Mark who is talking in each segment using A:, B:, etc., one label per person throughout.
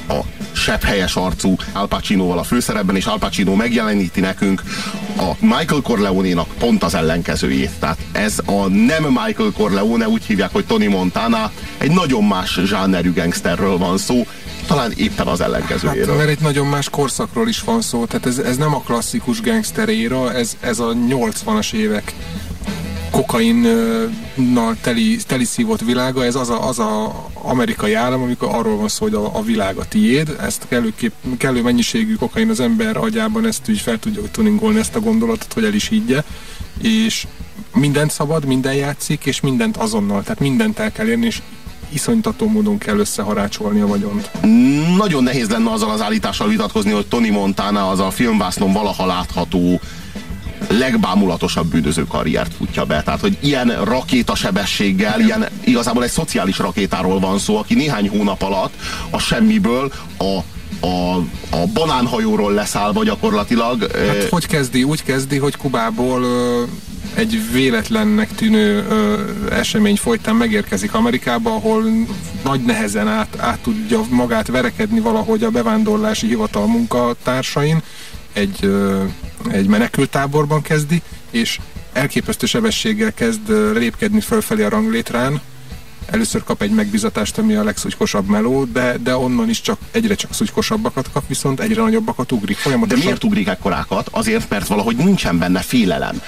A: a sebhelyes arcú Al Pacinoval a főszerepben, és Al Pacino megjeleníti nekünk a Michael Corleone-nak pont az ellenkezőjét. Tehát ez a nem Michael Corleone, úgy hívják, hogy Tony Montana, egy nagyon más zsánerű gangsterről van szó, talán éppen az ellenkezőjéről.
B: Hát, mert egy nagyon más korszakról is van szó, tehát ez nem a klasszikus gangster éra, ez a 80-as évek kokainnal teli szívott világa, ez az a amerikai állam, amikor arról van szó, hogy a világ a tiéd, ezt kellő mennyiségű kokain az ember agyában, ezt úgy fel tudja tuningolni, ezt a gondolatot, hogy el is higgye, és mindent szabad, minden játszik, és mindent azonnal, tehát mindent el kell érni, és iszonytató módon kell összeharácsolni a vagyont.
A: Nagyon nehéz lenne azzal az állítással vitatkozni, hogy Tony Montana az a filmvásznon valaha látható legbámulatosabb bűnöző karriert futja be. Tehát, hogy ilyen rakétasebességgel, ilyen igazából egy szociális rakétáról van szó, aki néhány hónap alatt a semmiből a banánhajóról leszállva gyakorlatilag.
B: Hát hogy kezdi? Úgy kezdi, hogy Kubából egy véletlennek tűnő esemény folytán megérkezik Amerikába, ahol nagy nehezen át tudja magát verekedni valahogy a bevándorlási hivatal munkatársain, egy menekülttáborban kezdi, és elképesztő sebességgel kezd lépkedni fölfelé a ranglétrán. Először kap egy megbizatást, ami a legszuttykosabb meló, de onnan is egyre csak szutykosabbakat kap, viszont egyre nagyobbakat ugrik folyamatosan.
A: De miért ugrik ekkorákat? Azért, mert valahogy nincsen benne félelem.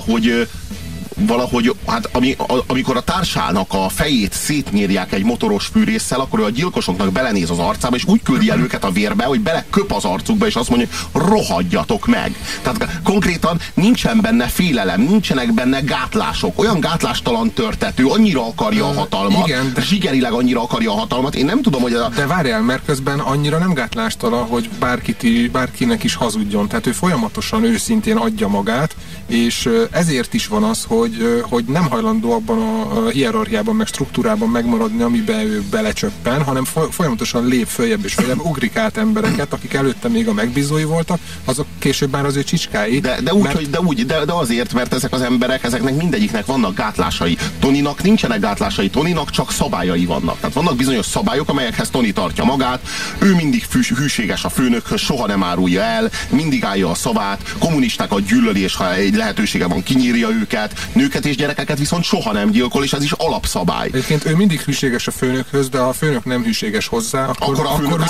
A: Valahogy hát amikor a társának a fejét szétnyírják egy motoros fűrésszel, akkor ő a gyilkosoknak belenéz az arcába, és úgy küldi el őket a vérbe, hogy beleköp az arcukba, és azt mondja, hogy rohadjatok meg. Tehát konkrétan nincsen benne félelem, nincsenek benne gátlások. Olyan gátlástalan törtető, annyira akarja a hatalmat, igen, zsigerileg annyira akarja a hatalmat. Én nem tudom, hogy
B: De várjál, mert közben annyira nem gátlástalan, hogy bárkinek is hazudjon. Tehát ő folyamatosan őszintén adja magát, és ezért is van az, hogy nem hajlandó abban a hierarchiában, meg struktúrában megmaradni, amiben ő belecsöppen, hanem folyamatosan lép följebb és följebb, ugrik át embereket, akik előtte még a megbízói voltak, azok később már az ő csicskái.
A: De azért, mert ezek az emberek, ezeknek mindegyiknek vannak gátlásai. Tonynak nincsenek gátlásai, Tonynak csak szabályai vannak. Tehát vannak bizonyos szabályok, amelyekhez Tony tartja magát, ő mindig hűséges a főnökhöz, soha nem árulja el, mindig állja a szavát, kommunistákat gyűlöli, és ha egy lehetősége van, kinyírja őket, nőket és gyerekeket viszont soha nem gyilkol, és ez is alapszabály.
B: Egyébként ő mindig hűséges a főnökhöz, de ha a főnök nem hűséges hozzá, akkor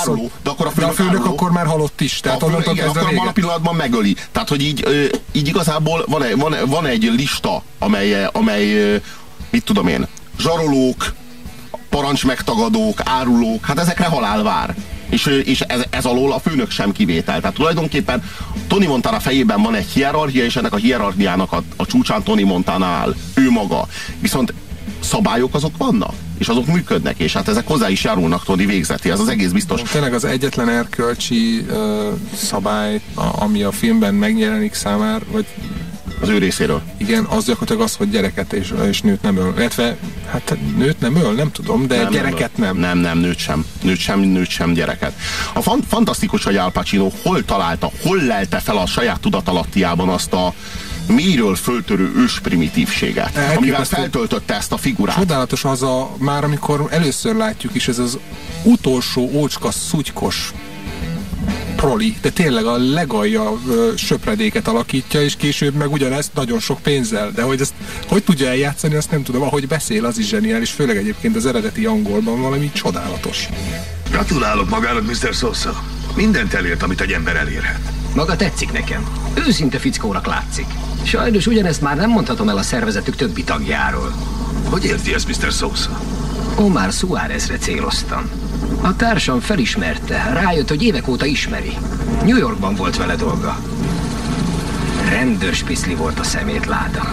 B: a főnök akkor már halott is. Tehát
A: akkor abban a pillanatban megöli. Tehát, hogy így igazából van egy lista, amely mit tudom én, zsarolók, parancsmegtagadók, árulók, hát ezekre halál vár. És ez alól a főnök sem kivétel. Tehát tulajdonképpen Tony Montana fejében van egy hierarchia, és ennek a hierarchiának a csúcsán Tony Montana áll. Ő maga. Viszont szabályok azok vannak, és azok működnek, és hát ezek hozzá is járulnak Tony végzeti, ez az egész biztos.
B: Tényleg az egyetlen erkölcsi szabály, ami a filmben megjelenik számára, vagy
A: az ő részéről.
B: Igen, az gyakorlatilag az, hogy gyereket és nőt nem öl. Illetve, hát nőt nem öl, nem tudom, de gyereket nem.
A: Nem, nőt sem, gyereket. A fantasztikus, hogy Al Pacino hol lelte fel a saját tudatalattiában azt a mélyről föltörő ősprimitívséget, amivel feltöltötte ezt a figurát.
B: Csodálatos az már amikor először látjuk is, ez az utolsó ócska szutykos proli, de tényleg a legalja söpredéket alakítja, és később meg ugyanezt nagyon sok pénzzel, de hogy ezt hogy tudja eljátszani, azt nem tudom, ahogy beszél, az is zseniális, főleg egyébként az eredeti angolban valami csodálatos.
C: Gratulálok magának, Mr. Sosa. Mindent elért, amit egy ember elérhet.
D: Maga tetszik nekem. Őszinte fickónak látszik. Sajnos ugyanezt már nem mondhatom el a szervezetük többi tagjáról.
C: Hogy érti ezt, Mr. Sosa?
D: Omar Suárezre céloztam. A társam felismerte, rájött, hogy évek óta ismeri. New Yorkban volt vele dolga. Rendőrspiszli volt a szemétláda.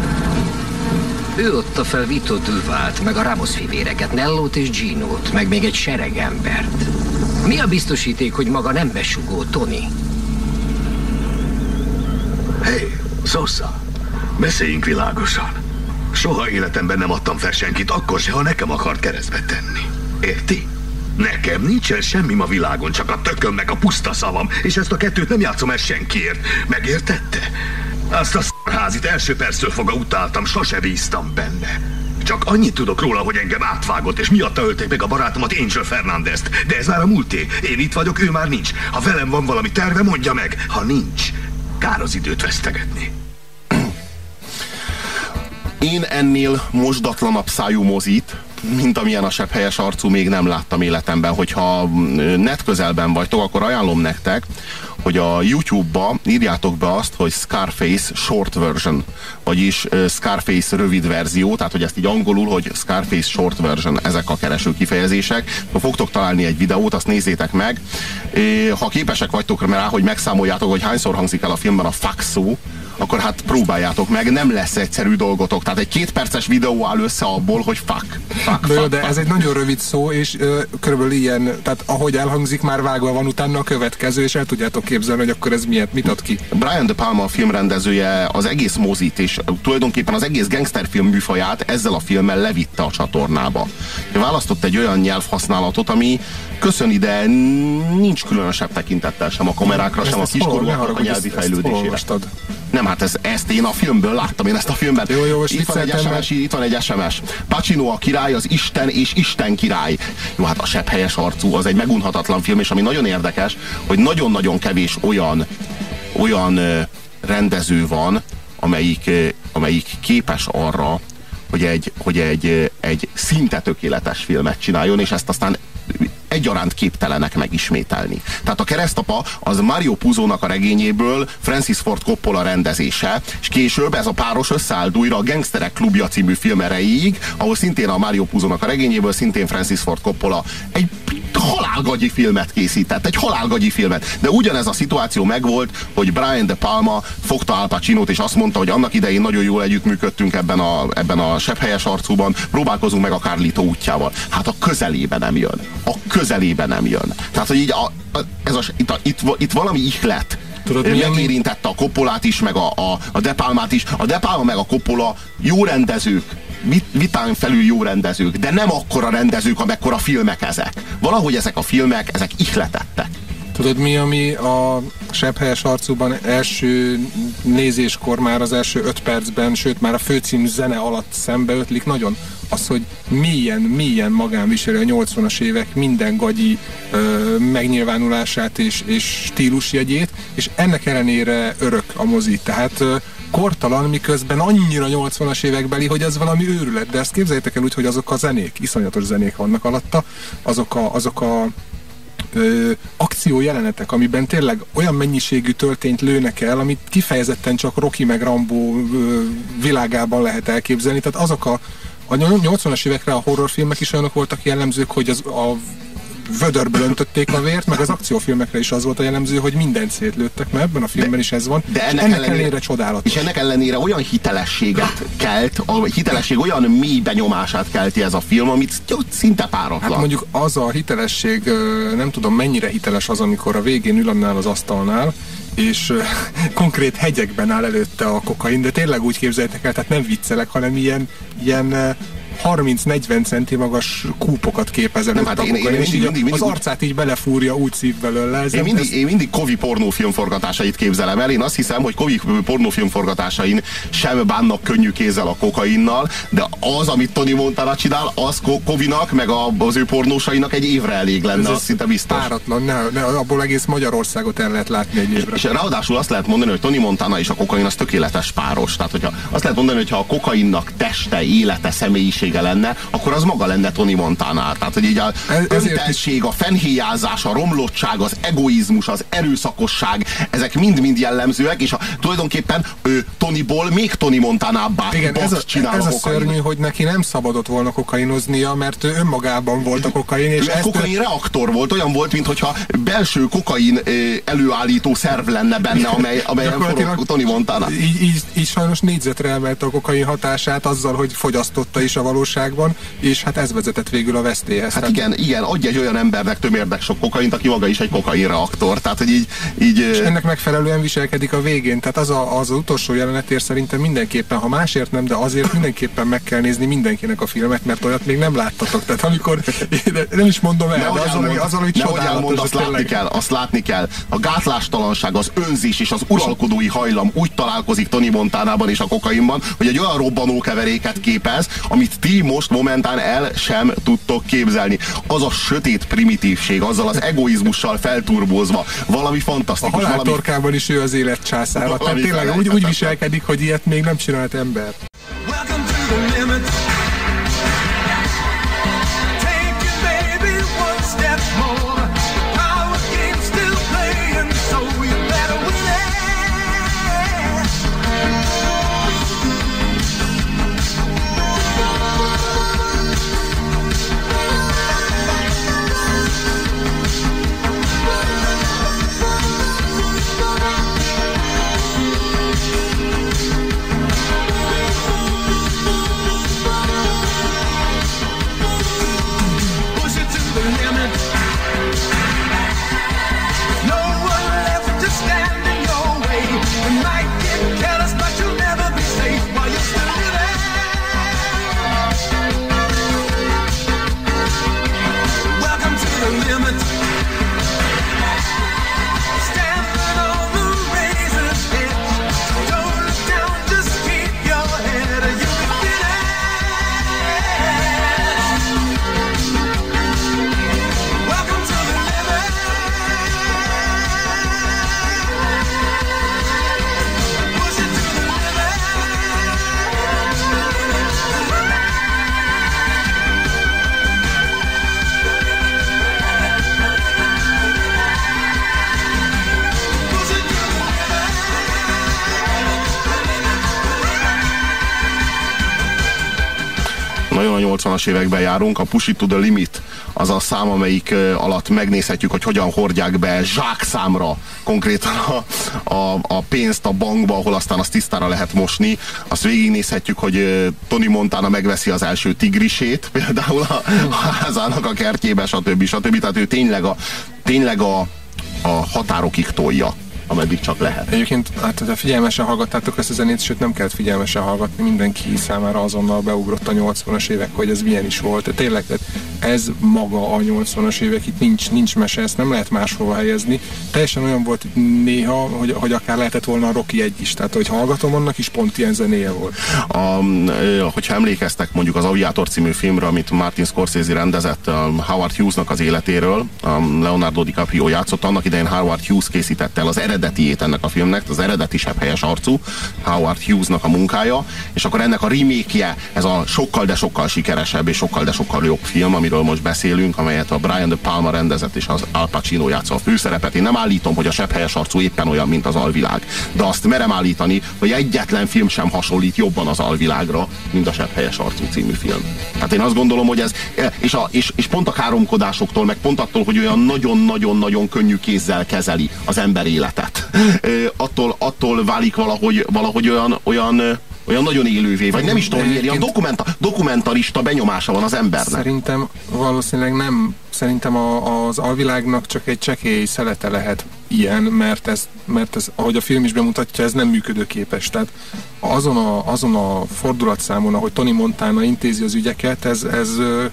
D: Ő otta fel Vito Duvalt, meg a Ramos fivéreket, Nellót és Ginót, meg még egy sereg embert. Mi a biztosíték, hogy maga nem besugó Tony?
C: Hey, Sosa, beszéljünk világosan. Soha életemben nem adtam fel senkit, akkor se, ha nekem akart keresztbe tenni. Érti? Nekem nincsen semmi a világon, csak a tököm meg a puszta szavam, és ezt a kettőt nem játszom el senkiért. Megértette? Azt a szarházit első perctől fogva utáltam, sose bíztam benne. Csak annyit tudok róla, hogy engem átvágott, és miatta ölték meg a barátomat, Angel Fernandezt. De ez már a múlté. Én itt vagyok, ő már nincs. Ha velem van valami terve, mondja meg. Ha nincs, kár az időt vesztegetni.
A: Én ennél mosdatlanabb szájú mozit, mint amilyen a sebhelyes arcú, még nem láttam életemben. Hogyha net közelben vagytok, akkor ajánlom nektek, hogy a YouTube-ba írjátok be azt, hogy Scarface short version, vagyis Scarface rövid verzió, tehát hogy ezt így angolul, hogy Scarface short version, ezek a kereső kifejezések. Ha fogtok találni egy videót, azt nézzétek meg. Ha képesek vagytok rá, hogy megszámoljátok, hogy hányszor hangzik el a filmben a fuck szó, akkor hát próbáljátok meg, nem lesz egyszerű dolgotok. Tehát egy 2 perces videó áll össze abból, hogy fuck.
B: De ez egy nagyon rövid szó, és körülbelül ilyen, tehát ahogy elhangzik, már vágva van utána a következő, és el tudjátok képzelni, hogy akkor ez mit ad ki.
A: Brian De Palma, a filmrendezője, az egész mozit, és tulajdonképpen az egész gangsterfilm műfaját ezzel a filmmel levitte a csatornába. Választott egy olyan nyelvhasználatot, ami köszöni, de nincs különösebb tekintettel sem a kamerákra, sem a kiskorúaknak a nyelvi fejlődésére. Nem, hát ezt én a filmből láttam, én ezt a filmben.
B: Jó,
A: itt van egy SMS. Pacino a király, az Isten és Isten király. Jó, hát a sebhelyes arcú, az egy megunhatatlan film, és ami nagyon érdekes, hogy nagyon-nagyon kevés olyan rendező van, amelyik képes arra, hogy egy szinte tökéletes filmet csináljon, és ezt aztán egyaránt képtelenek megismételni. Tehát a Keresztapa az Mario Puzónak a regényéből Francis Ford Coppola rendezése, és később ez a páros összeállt újra a Gangsterek klubja című film erejéig, ahol szintén a Mario Puzónak a regényéből szintén Francis Ford Coppola egy halálgagyi filmet készített, egy halálgagyi filmet. De ugyanez a szituáció megvolt, hogy Brian De Palma fogta Al Pacinót, és azt mondta, hogy annak idején nagyon jól együttműködtünk ebben a sebhelyes arcúban, próbálkozunk meg a Carlito útjával. Hát a közelébe nem jön. A közelébe nem jön. Tehát, hogy így itt valami ihlet. Megérintette a Coppolát is, meg a De Palmát is. A De Palma meg a Coppola jó rendezők, vitán felül jó rendezők, de nem akkora rendezők, amekkora filmek ezek. Valahogy ezek a filmek, ezek ihletettek.
B: Tudod mi, ami a sebhelyes arcúban első nézéskor már az első 5 percben, sőt már a főcím zene alatt szembeötlik nagyon? Az, hogy milyen magán viseli a 80-as évek minden gagyi megnyilvánulását és stílusjegyét, és ennek ellenére örök a mozi. Tehát kortalan, miközben annyira 80-as évekbeli, hogy ez valami őrület. De ezt képzeljétek el úgy, hogy azok a zenék, iszonyatos zenék vannak alatta, azok a akciójelenetek, amiben tényleg olyan mennyiségű töltényt lőnek el, amit kifejezetten csak Rocky meg Rambo világában lehet elképzelni. Tehát azok a 80-as évekre a horrorfilmek is olyanok voltak jellemzők, hogy a vödörből öntötték a vért, meg az akciófilmekre is az volt a jellemző, hogy mindent szétlőttek, mert ebben a filmben is ez van. De ennek ellenére csodálatos.
A: És ennek ellenére olyan hitelességet kelt, a hitelesség olyan mély benyomását kelti ez a film, amit szinte páratlan.
B: Hát mondjuk az a hitelesség, nem tudom mennyire hiteles az, amikor a végén ül annál az asztalnál, és konkrét hegyekben áll előtte a kokain, de tényleg úgy képzeljétek el, tehát nem viccelek, hanem ilyen 30-40 centi magas kúpokat képez előtt
A: hát
B: a kokain, és mindig az arcát így belefúrja, úgy szív belőle.
A: Én mindig Kovi pornófilm forgatásait képzelem el. Én azt hiszem, hogy Kovi pornófilm forgatásain sem bánnak könnyű kézzel a kokainnal, de az, amit Tony Montana csinál, az Kovinak, meg az ő pornósainak egy évre elég lenne, az szinte biztos.
B: Páratlan, abból egész Magyarországot el lehet látni egy évre.
A: És ráadásul azt lehet mondani, hogy Tony Montana és a kokain az tökéletes páros. Tehát, hogyha azt lehet mondani, hogy ha a kokainnak teste, élete, személyiség lenne, akkor az maga lenne Tony Montana. Tehát, hogy így a öntelség, a fenhéjázás, a romlottság, az egoizmus, az erőszakosság, ezek mind-mind jellemzőek, és tulajdonképpen Tonyból még Tony Montanábbá csinál
B: ez a szörnyű, hogy neki nem szabadott volna kokainoznia, mert ő önmagában volt a kokain. És
A: kokain reaktor volt, olyan volt, mintha belső kokain előállító szerv lenne benne, amelyen forog Tony Montana.
B: Így sajnos négyzetre emelte a kokain hatását azzal, hogy fogyasztotta is a valóságban, és hát ez vezetett végül a vesztélyhez.
A: Hát igen, adj egy olyan embernek tömérdek sok kokaint, aki maga is egy kokainreaktor. Tehát, hogy így...
B: És ennek megfelelően viselkedik a végén. Tehát az utolsó jelenetért szerintem mindenképpen, ha másért nem, de azért mindenképpen meg kell nézni mindenkinek a filmet, mert olyat még nem láttatok. Tehát amikor, nem is mondom el, de az, hogy csodálatos.
A: Azt látni kell. A gátlástalanság, az önzés és az uralkodói hajlam úgy találkozik Tony Montanában és a kokainban, hogy egy olyan robbanókeveréket képez, amit ti most momentán el sem tudtok képzelni. Az a sötét primitívség, azzal az egoizmussal felturbózva, valami fantasztikus.
B: A haláltorkában is ő az élet császára. Tehát tényleg úgy viselkedik, hogy ilyet még nem csinált ember.
A: Nagyon a 80-as években járunk, a Push It to the Limit az a szám, amelyik alatt megnézhetjük, hogy hogyan hordják be zsákszámra konkrétan a pénzt a bankba, ahol aztán azt tisztára lehet mosni. Azt végignézhetjük, hogy Tony Montana megveszi az első tigrisét, például a házának a kertjébe, stb. Tehát ő tényleg a határokig tolja, ameddig csak lehet.
B: Egyébként, hát ha figyelmesen hallgattátok ezt a zenét, sőt nem kellett figyelmesen hallgatni, mindenki számára azonnal beugrott a 80-as évek, hogy ez milyen is volt. Tényleg, ez maga a 80-as évek, itt nincs mese, ezt nem lehet máshova helyezni. Teljesen olyan volt néha, hogy akár lehetett volna a Rocky 1 is, tehát hogy hallgatom, annak is pont ilyen zenéje volt.
A: Hogyha emlékeztek mondjuk az Aviator című filmre, amit Martin Scorsese rendezett, Howard Hughes-nak az életéről, Leonardo DiCaprio játszott, annak idején Howard Hughes készítette el az eredetiét ennek a filmnek, az eredeti sebhelyes arcú Howard Hughes-nak a munkája, és akkor ennek a remake-je, ez a sokkal, de sokkal sikeresebb és sokkal, de sokkal jobb film, amiről most beszélünk, amelyet a Brian De Palma rendezett, és az Al Pacino játsza a főszerepet. Én nem állítom, hogy a sebhelyes arcú éppen olyan, mint az Alvilág, de azt merem állítani, hogy egyetlen film sem hasonlít jobban az Alvilágra, mint a Sebhelyes arcú című film. Tehát én azt gondolom, hogy ez, és pont a káromkodásoktól, meg pont attól, hogy olyan nagyon-nagyon-nagyon könnyű kézzel kezeli az ember életet, attól válik valahogy olyan nagyon élővé, vagy nem is tudom, miért, ilyen dokumentarista benyomása van az embernek.
B: Szerintem valószínűleg nem. Szerintem az alvilágnak csak egy csekély szelete lehet ilyen, mert ez, ahogy a film is bemutatja, ez nem működőképes. Tehát azon a fordulatszámon, ahogy Tony Montana intézi az ügyeket, ez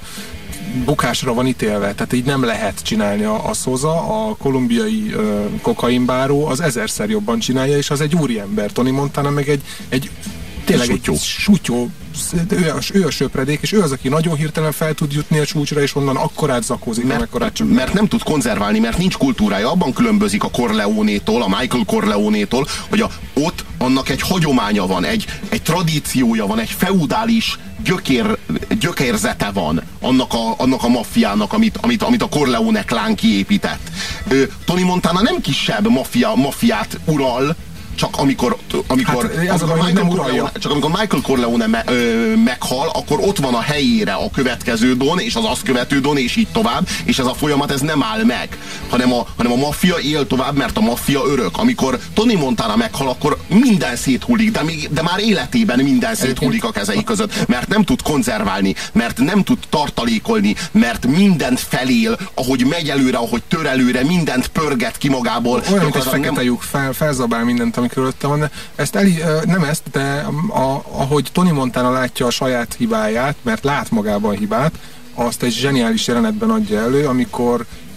B: bukásra van ítélve, tehát így nem lehet csinálni. A Sosa, a kolumbiai kokainbáró, az 1000-szer jobban csinálja, és az egy úriember. Tony Montana meg egy tényleg egy sutyó, ő a söpredék, és ő az, aki nagyon hirtelen fel tud jutni a csúcsra, és onnan akkorát zakózik,
A: mert nem tud konzerválni, mert nincs kultúrája. Abban különbözik a Corleone-tól, a Michael Corleone-tól, hogy ott annak egy hagyománya van, egy tradíciója van, egy feudális gyökérzete van annak a maffiának, amit a Corleone klán kiépített. Tony Montana nem kisebb maffiát ural, csak amikor Michael Corleone meghal, akkor ott van a helyére a következő don, és az azt követő don, és így tovább, és ez a folyamat ez nem áll meg, hanem a maffia él tovább, mert a maffia örök. Amikor Tony Montana meghal, akkor minden széthullik, de már életében minden széthullik a kezei között, mert nem tud konzerválni, mert nem tud tartalékolni, mert mindent felél, ahogy megy előre, ahogy tör előre, mindent pörget ki magából.
B: Olyan, mint egy fekete lyuk, felzabál mindent, ami körülötte van, de nem ezt, de ahogy Tony Montana látja a saját hibáját, mert lát magában hibát, azt egy zseniális jelenetben adja elő, amikor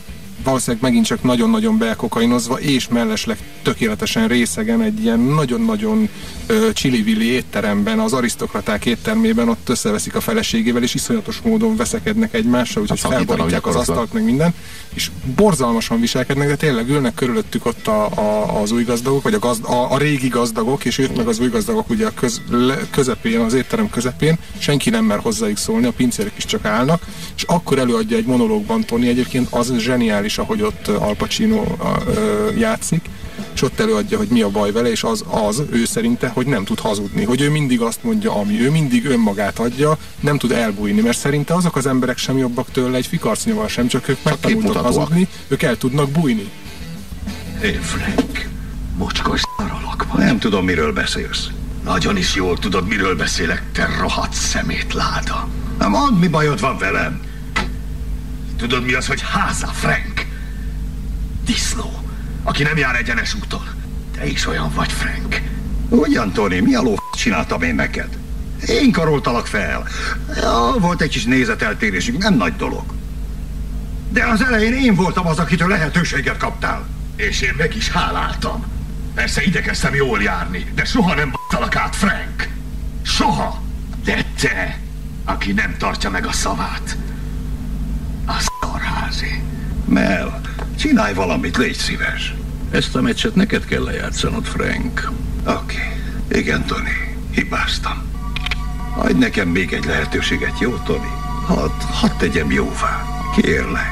B: valószínűleg megint csak nagyon-nagyon belkokainozva, és mellesleg tökéletesen részegen egy ilyen nagyon-nagyon csili-vili étteremben, az arisztokraták éttermében ott összeveszik a feleségével, és iszonyatos módon veszekednek egymással, úgyhogy felborítják az asztalt, meg minden, és borzalmasan viselkednek, de tényleg ülnek körülöttük ott az új gazdagok, vagy a régi gazdagok, és ők meg az új gazdagok ugye a közepén, az étterem közepén, senki nem mer hozzájuk szólni, a pincérek is csak állnak, és akkor előadja egy monológban Tony, egyébként az zseniális, ahogy ott Al Pacino játszik, és ott előadja, hogy mi a baj vele, és az ő szerinte, hogy nem tud hazudni, hogy ő mindig azt mondja, ami ő mindig önmagát adja, nem tud elbújni, mert szerinte azok az emberek sem jobbak tőle egy fikarcnyival sem, csak ők megtanultak hazudni, ők el tudnak bújni.
C: Hé, Frank, mocskos szaralak vagy. Nem tudom, miről beszélsz. Nagyon is jól tudod, miről beszélek, te rohadt szemétláda. Nem mondd, mi bajod van velem. Tudod, mi az, hogy háza, Frank? Disznó, aki nem jár egyenes úton. Te is olyan vagy, Frank. Ugyan, Tony, mi a ló csináltam én neked? Én karoltalak fel. Ja, volt egy kis nézeteltérésünk, nem nagy dolog. De az elején én voltam az, akitől lehetőséget kaptál. És én meg is háláltam. Persze igyekeztem jól járni, de soha nem b***talak át, Frank. Soha. De te, aki nem tartja meg a szavát, a szarházi. Mel, csinálj valamit, légy szíves.
E: Ezt a meccset neked kell lejátszanod, Frank.
C: Oké. Igen, Tony, hibáztam. Adj nekem még egy lehetőséget, jó, Tony? Hadd tegyem jóvá. Kérlek.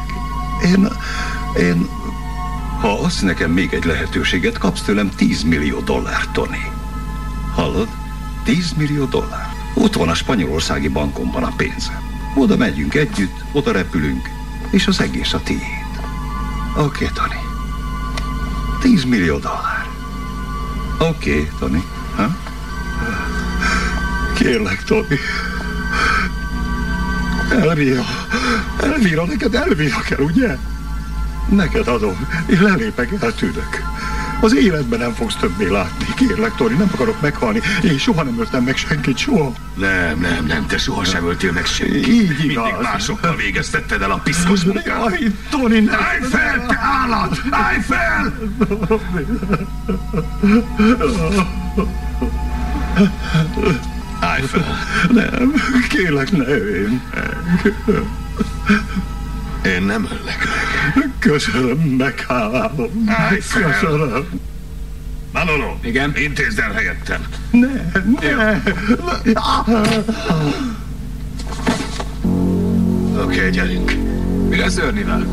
C: Én... Ha adsz nekem még egy lehetőséget, kapsz tőlem $10 millió, Tony. Hallod? $10 millió. Ott van a spanyolországi bankomban a pénzem. Oda megyünk együtt, oda repülünk, és az egész a tiéd. Oké, Tony. $10 millió. Oké, Tony. Ha? Kérlek, Tony. Elvira, neked Elvira kell, ugye? Neked adom, én lelépek, eltűnök. Az életben nem fogsz többé látni. Kérlek, Tony, nem akarok meghalni. Én soha nem öltem meg senkit, soha. Nem, te soha sem öltél meg senkit. Így igaz. Mindig másokkal végeztetted el a piszkos munkát. Aj, Tony, nem. Állj fel, te állat! Állj fel! Állj fel. Nem, kérlek, ne ölj meg. Én nem öllek meg. Köszönöm, meghálálom. Állj fel! Köszönöm. Manolo, igen? Intézd el helyettem. Ne. Oké, gyerünk. Mi lesz Ernie-vel?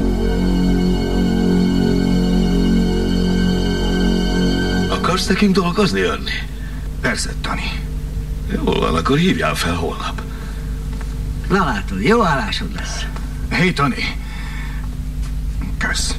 C: Akarsz nekünk dolgozni, Ernie? Persze, Tony. Jól van, akkor hívjál fel holnap.
F: Na látod, jó állásod lesz.
C: Hey, Tony. Kösz.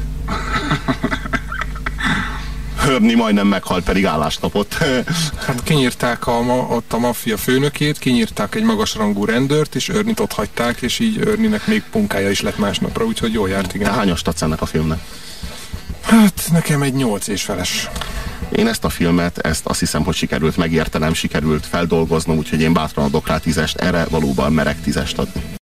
A: Ernie majdnem meghalt, pedig állást kapott.
B: Hát kinyírták ott a maffia főnökét, kinyírták egy magasrangú rendőrt, és Ernie-t ott hagyták, és így Ernie-nek még punkája is lett másnapra, úgyhogy jól járt, igen.
A: Te hányast adsz ennek a filmnek?
B: Hát nekem egy 8 és feles.
A: Én ezt a filmet, azt hiszem, hogy sikerült megértenem, sikerült feldolgoznom, úgyhogy én bátran adok rá 10-est, erre valóban merek 10-est adni.